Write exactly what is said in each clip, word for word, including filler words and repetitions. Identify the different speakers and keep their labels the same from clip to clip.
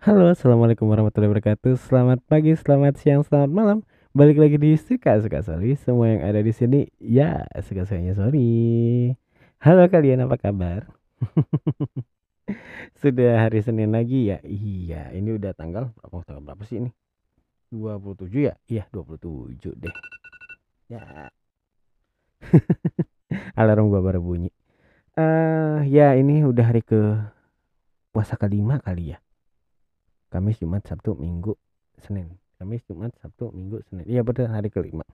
Speaker 1: Halo, assalamualaikum warahmatullahi wabarakatuh. Selamat pagi, selamat siang, selamat malam. Balik lagi di suka suka Soli. Semua yang ada di sini, ya suka sukanya Soli. Halo kalian, apa kabar? Sudah hari Senin lagi ya? Iya, ini udah tanggal berapa? Tanggal berapa sih ini? Dua puluh tujuh ya? Iya, dua puluh tujuh deh. Ya, alarm gua baru bunyi. Eh, ya ini udah hari ke puasa kelima kali ya. Kamis, Jumat, Sabtu, Minggu, Senin. Kamis, Jumat, Sabtu, Minggu, Senin. Iya betul hari kelima.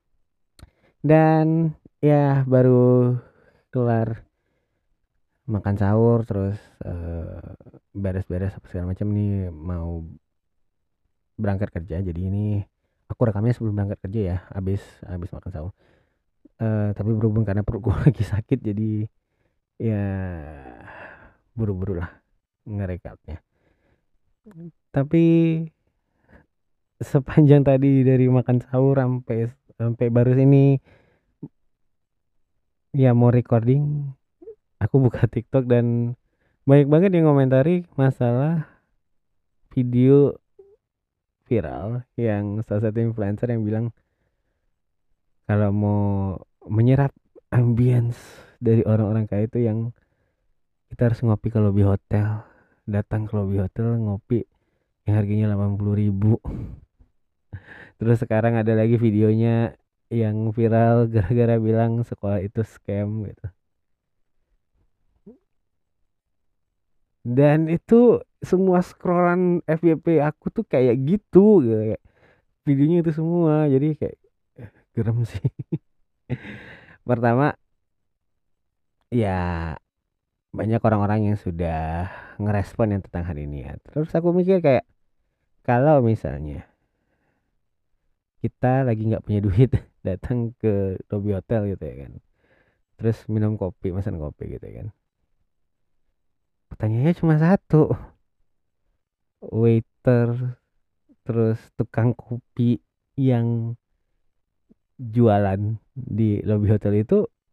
Speaker 1: Dan ya baru kelar makan sahur terus eh, beres-beres apa segala macam nih mau berangkat kerja. Jadi ini aku rekamnya sebelum berangkat kerja ya, habis habis makan sahur. Eh, tapi berhubung karena perut gue lagi sakit jadi ya buru-buru lah ngerekapnya. Tapi sepanjang tadi dari makan sahur sampai sampai baru ini ya mau recording, aku buka TikTok dan banyak banget yang komentari masalah video viral yang salah satu influencer yang bilang kalau mau menyerap ambience dari orang-orang kaya itu yang kita harus ngopi ke lobby hotel, datang ke lobby hotel ngopi yang harganya delapan puluh ribu. Terus sekarang ada lagi videonya yang viral gara-gara bilang sekolah itu scam gitu. Dan itu semua scrollan F Y P aku tuh kayak gitu, gitu. Kayak videonya itu semua. Jadi kayak eh, gerem sih. Pertama, ya banyak orang-orang yang sudah ngerespon yang tentang hal ini ya. Terus aku mikir kayak kalau misalnya kita lagi nggak punya duit datang ke lobby hotel gitu ya kan. Terus minum kopi, pesan kopi gitu ya kan. Pertanyaannya cuma satu, waiter terus tukang kopi yang jualan di lobby hotel itu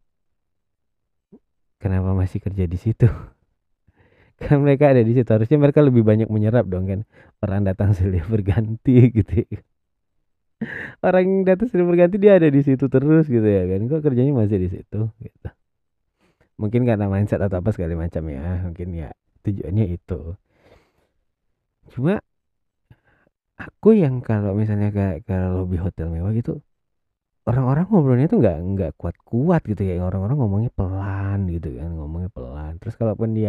Speaker 1: kenapa masih kerja di situ? Kan mereka ada di situ, harusnya mereka lebih banyak menyerap dong kan. Orang datang silih berganti gitu ya. Orang yang datang silih berganti dia ada di situ terus gitu ya kan, kok kerjanya masih di situ gitu. Mungkin karena mindset atau apa segala macam ya, mungkin ya tujuannya itu. Cuma aku yang kalau misalnya kayak ke lobby hotel mewah gitu, orang-orang ngobrolnya tuh nggak nggak kuat-kuat gitu ya, orang-orang ngomongnya pelan gitu kan, ngomongnya pelan. Terus kalaupun dia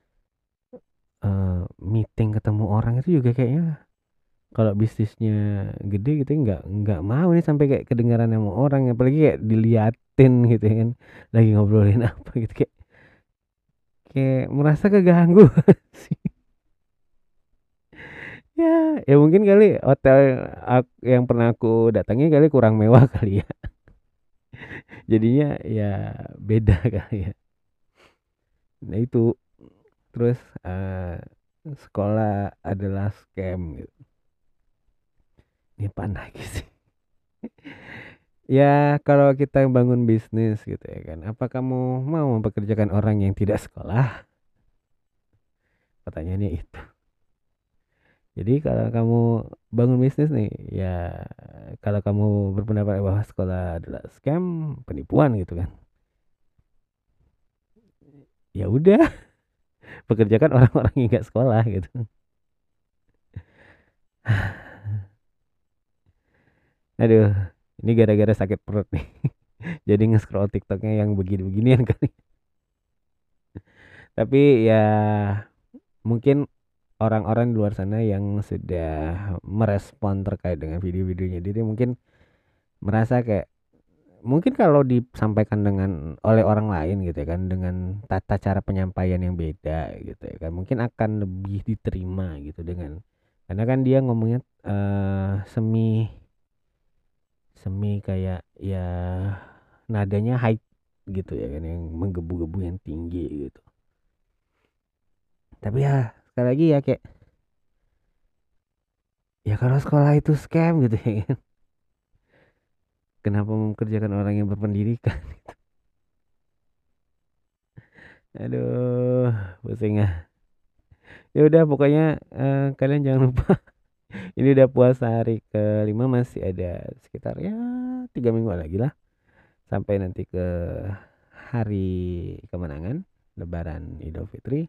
Speaker 1: eh, meeting ketemu orang itu juga kayaknya kalau bisnisnya gede gitu ya, nggak nggak mau nih sampai kayak kedengaran sama orang, apalagi kayak diliatin gitu ya kan lagi ngobrolin apa gitu, kayak kayak merasa keganggu sih. Ya ya mungkin kali hotel ak- yang pernah aku datangi kali kurang mewah kali ya, jadinya ya beda kali ya. Nah itu terus eh, sekolah adalah scam gitu, ini apaan lagi sih. Ya, kalau kita bangun bisnis gitu ya kan, apa kamu mau mempekerjakan orang yang tidak sekolah? Pertanyaannya itu. Jadi kalau kamu bangun bisnis nih, ya kalau kamu berpendapat bahwa sekolah adalah scam, penipuan gitu kan. Ya udah, pekerjakan orang-orang yang nggak sekolah gitu. Aduh, ini gara-gara sakit perut nih. Jadi nge-scroll TikToknya yang begini-beginian kali. Tapi ya mungkin orang-orang di luar sana yang sudah merespon terkait dengan video-videonya dia mungkin merasa kayak mungkin kalau disampaikan dengan oleh orang lain gitu ya kan dengan tata cara penyampaian yang beda gitu ya kan mungkin akan lebih diterima gitu dengan karena kan dia ngomongnya eh, semi semi kayak ya nadanya high gitu ya kan yang menggebu-gebu yang tinggi gitu. Tapi ya sekali lagi ya kayak ya kalau sekolah itu scam gitu ya kan. Kenapa memkerjakan orang yang berpendidikan? Aduh, pusing ah. Ya udah pokoknya eh, kalian jangan lupa ini udah puasa hari kelima, masih ada sekitar ya tiga minggu lagi lah sampai nanti ke hari kemenangan Lebaran Idul Fitri.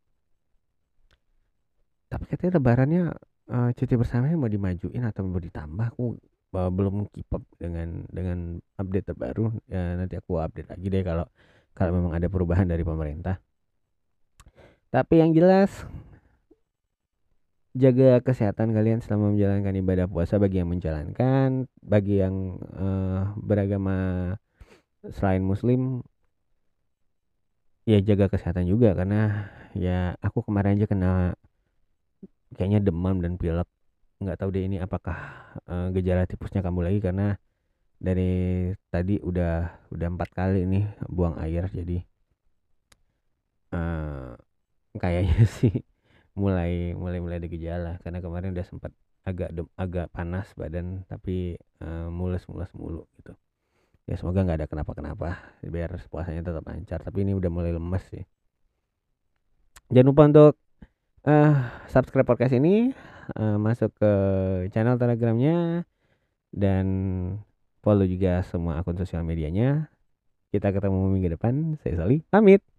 Speaker 1: Tapi katanya Lebarannya eh, cuti bersamanya mau dimajuin atau mau ditambah. Aku eh, belum keep up dengan dengan update terbaru. Ya, nanti aku update lagi deh kalau kalau memang ada perubahan dari pemerintah. Tapi yang jelas jaga kesehatan kalian selama menjalankan ibadah puasa, bagi yang menjalankan, bagi yang eh, beragama selain Muslim ya jaga kesehatan juga, karena ya aku kemarin aja kena kayaknya demam dan pilek. Nggak tahu deh ini apakah eh, gejala tipusnya kamu lagi, karena dari tadi udah udah empat kali nih buang air, jadi eh, kayaknya sih mulai mulai mulai ada gejala, karena kemarin udah sempat agak dem- agak panas badan, tapi eh, mules-mules mulu gitu. Ya semoga nggak ada kenapa-kenapa biar puasanya tetap lancar, tapi ini udah mulai lemes sih. Jangan lupa untuk eh subscribe podcast ini, eh, masuk ke channel telegramnya, dan follow juga semua akun sosial medianya. Kita ketemu minggu depan. Saya Sali, pamit.